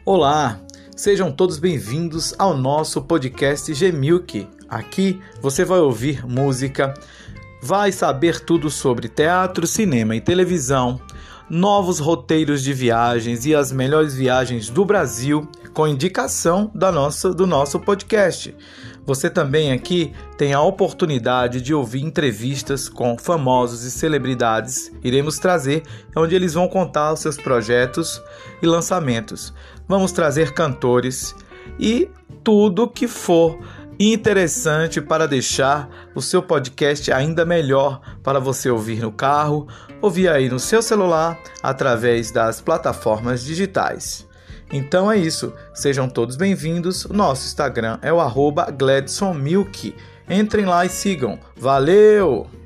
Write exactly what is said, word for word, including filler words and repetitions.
Olá, sejam todos bem-vindos ao nosso podcast G-Milk. Aqui você vai ouvir música, vai saber tudo sobre teatro, cinema e televisão, novos roteiros de viagens e as melhores viagens do Brasil com indicação da nossa, do nosso podcast. Você também aqui tem a oportunidade de ouvir entrevistas com famosos e celebridades. Iremos trazer onde eles vão contar os seus projetos e lançamentos. Vamos trazer cantores e tudo que for interessante para deixar o seu podcast ainda melhor para você ouvir no carro, ouvir aí no seu celular, através das plataformas digitais. Então é isso, sejam todos bem-vindos. O nosso Instagram é o arroba Gladson Milk. Entrem lá e sigam. Valeu!